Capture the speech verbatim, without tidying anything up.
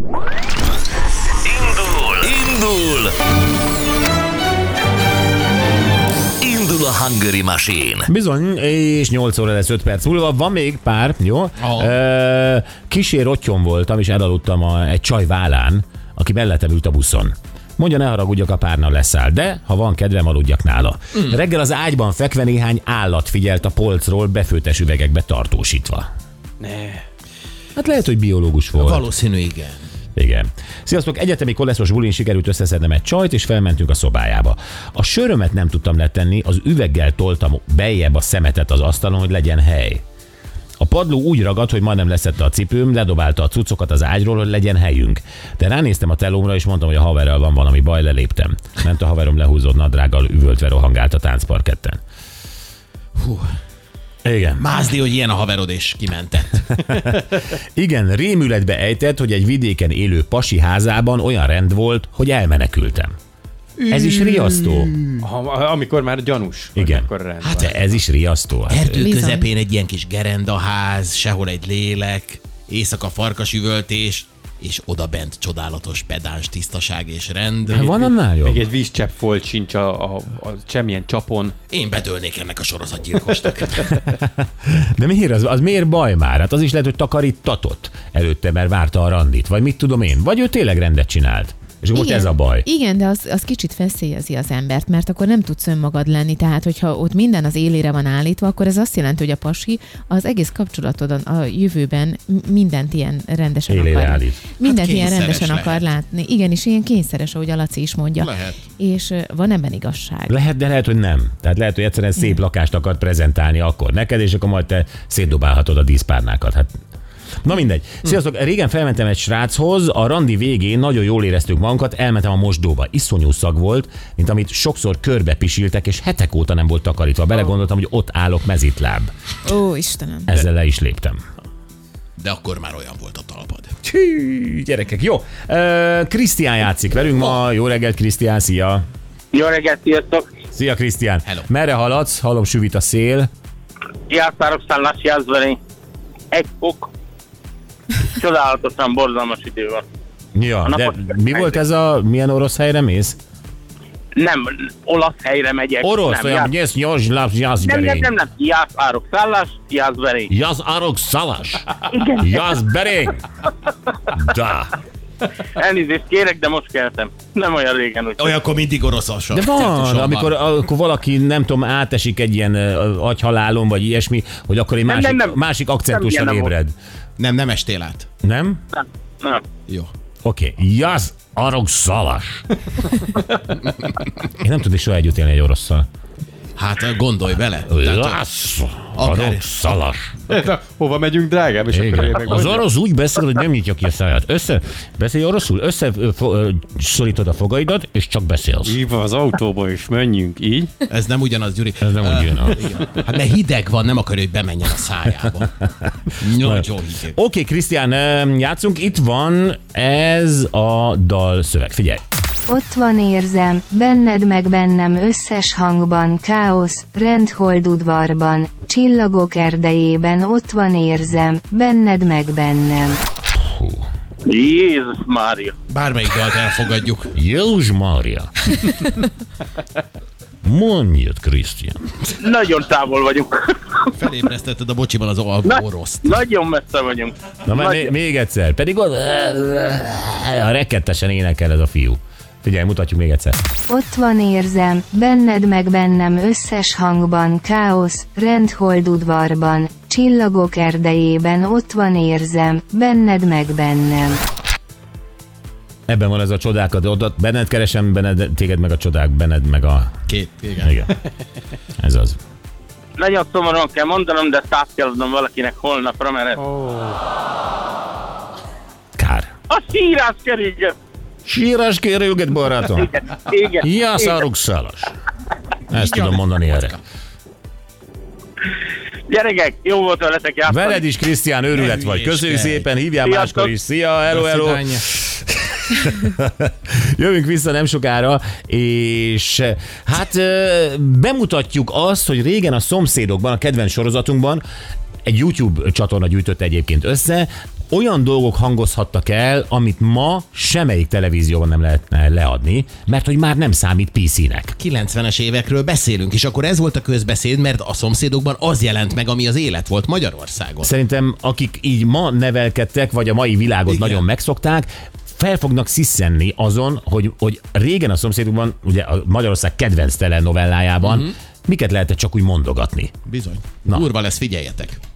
Indul! Indul! Indul a Hungary Machine. Bizony, és nyolc óra lesz öt perc múlva. Van még pár, jó? Oh. Uh, Kísér otthon voltam, és elaludtam a, egy csaj vállán, aki mellettem ült a buszon. Mondja, ne haragudjak, a párna leszáll, de ha van kedvem, aludjak nála. Mm. Reggel az ágyban fekve néhány állat figyelt a polcról, befőttes üvegekbe tartósítva. Ne. Hát lehet, hogy biológus volt. Valószínű, igen. Igen. Sziasztok, egyetemi koleszos bulin sikerült összeszednem egy csajt, és felmentünk a szobájába. A sörömet nem tudtam letenni, az üveggel toltam beljebb a szemetet az asztalon, hogy legyen hely. A padló úgy ragadt, hogy majdnem leszette a cipőm, ledobálta a cuccokat az ágyról, hogy legyen helyünk. De ránéztem a telómra, és mondtam, hogy a haverrel van valami baj, leléptem. Ment a haverom lehúzott nadrággal, üvöltve rohangált a táncparketten. Hú. Igen. Mázdi, hogy ilyen a haverod, és kimentett. Igen, rémületbe ejtett, hogy egy vidéken élő pasi házában olyan rend volt, hogy elmenekültem. Ez is riasztó. Ha, amikor már gyanús. Igen. Akkor rend Hát van. ez is riasztó. Erdő Bizony. közepén egy ilyen kis gerendaház, sehol egy lélek, éjszaka farkasüvöltés, és oda bent csodálatos pedáns tisztaság és rend. Hát van annál jobb? Még egy vízcsepp folt sincs a, a, a semmilyen csapon. Én bedőlnék ennek a sorozatgyilkosnak. De miért az, az miért baj már? Hát az is lehet, hogy takarítatott előtte, mert várta a randit. Vagy mit tudom én? Vagy ő tényleg rendet csinált. És most ez a baj. Igen, de az, az kicsit feszélyezi az embert, mert akkor nem tudsz önmagad lenni, tehát hogyha ott minden az élére van állítva, akkor ez azt jelenti, hogy a pasi az egész kapcsolatodon a jövőben mindent ilyen rendesen Élére akar. állít. Mindent Hát ilyen kényszeres rendesen lehet. akar látni. Igen, és ilyen kényszeres, ahogy a Laci is mondja. Lehet. És ö, van ebben igazság. Lehet, de lehet, hogy nem. Tehát lehet, hogy egyszerűen szép lakást akar prezentálni akkor neked, és akkor majd te szétdobálhatod a díszpárnákat. Hát na mindegy. Sziasztok, régen felmentem egy sráchoz, a randi végén nagyon jól éreztük magunkat, elmentem a mosdóba. Iszonyú szag volt, mint amit sokszor körbe pisiltek, és hetek óta nem volt takarítva. Belegondoltam, hogy ott állok mezitláb. Ó, Istenem. Ezzel le is léptem. De akkor már olyan volt a talpad. Hű, gyerekek, jó. Krisztián játszik velünk ma. Jó reggelt, Krisztián, szia. Jó reggelt, sziasztok! Szia, Krisztián. Hello. Merre haladsz? Hallom, süvít a szél. Jászárok szállás Jászberény. Egy fok. Csodálatosan borzalmas idő van. Ja, A de napos mi volt ez a, milyen orosz helyre mész? Nem, olasz helyre megyek. Orosz, nem, olyan, Jász... nyesz, nyos, láb, nem, nem, Jászberény. nem, nem, Jászárok szállás Jászberény. Jászárok szalas. Igen. Jászberény. Da. Elnézést kérek, de most keltem. Nem olyan régen, úgy. Olyankor mindig oroszos. De van, amikor, amikor valaki, nem tudom, átesik egy ilyen uh, agyhalálon, vagy ilyesmi, hogy akkor egy Nem, másik, nem, nem. másik akcentussal Nem, ilyen nem ébred. Nem, nem estél át. Nem? Nem, nem. Jó. Oké. Okay. Jászárok szalas. Én nem tudnék soha együtt élni egy orosszal. Hát gondolj bele. Tehát, Jászárok szalas. Na, hova megyünk, drágám? És akkor én Igen. meg Az mondjam. orosz úgy beszél, hogy nem nyitja ki a száját. Össze, beszélj oroszul, összeszorítod a fogaidat, és csak beszélsz. Így van, az autóba is menjünk, így. ez nem ugyanaz, Gyuri. Ez nem úgy jön. Hát mert hideg van, nem akarja, hogy bemenjen a szájába. Nagyon hideg. Oké, okay, Krisztián, játszunk. Itt van ez a dalszöveg. Figyelj. Ott van érzem, benned meg bennem összes hangban, káosz, rend holdudvarban, csillagok erdejében ott van érzem, benned meg bennem. Jézus Mária. Bármelyik dalt elfogadjuk. Jézus Mária. Mondjad, Krisztián. Nagyon távol vagyunk. Felébresztetted a bocsiban az Na, oroszt. nagyon messze vagyunk. Na már Nagyon. még egyszer. Pedig az... A rekettesen énekel ez a fiú. Figyelj, mutatjuk még egyszer. Ott van érzem, benned meg bennem összes hangban, káosz, rend holdudvarban, csillagok erdejében ott van érzem, benned meg bennem. Ebben van ez a csodákat, ott benned keresem, benned, téged meg a csodák, benned meg a... Két, igen. Igen. Ez az. Nagyon szomorúan kell mondanom, de ezt át kell adnom valakinek holnapra, mert ez Kár. a sírás keréget. Sírás kérőget, barátom. Igen, igen. Jászárok szalas. Ezt tudom mondani erre. Gyerekek, jó volt veletek játszani. Veled is, Krisztián, őrület vagy. Köszönjük szépen, hívjál Sziasztok. máskor is. Szia, hello, hello. Jövünk vissza nem sokára, és hát bemutatjuk azt, hogy régen a Szomszédokban, a kedvenc sorozatunkban egy YouTube csatorna gyűjtött egyébként össze, olyan dolgok hangozhattak el, amit ma semmelyik televízióban nem lehetne leadni, mert hogy már nem számít pé cének. kilencvenes évekről beszélünk, és akkor ez volt a közbeszéd, mert a szomszédokban az jelent meg, ami az élet volt Magyarországon. Szerintem akik így ma nevelkedtek, vagy a mai világot Igen. nagyon megszokták, fel fognak sziszenni azon, hogy, hogy régen a szomszédokban, ugye a Magyarország kedvenc telenovellájában, uh-huh. miket lehetett csak úgy mondogatni. Bizony. Na. Durva lesz, figyeljetek.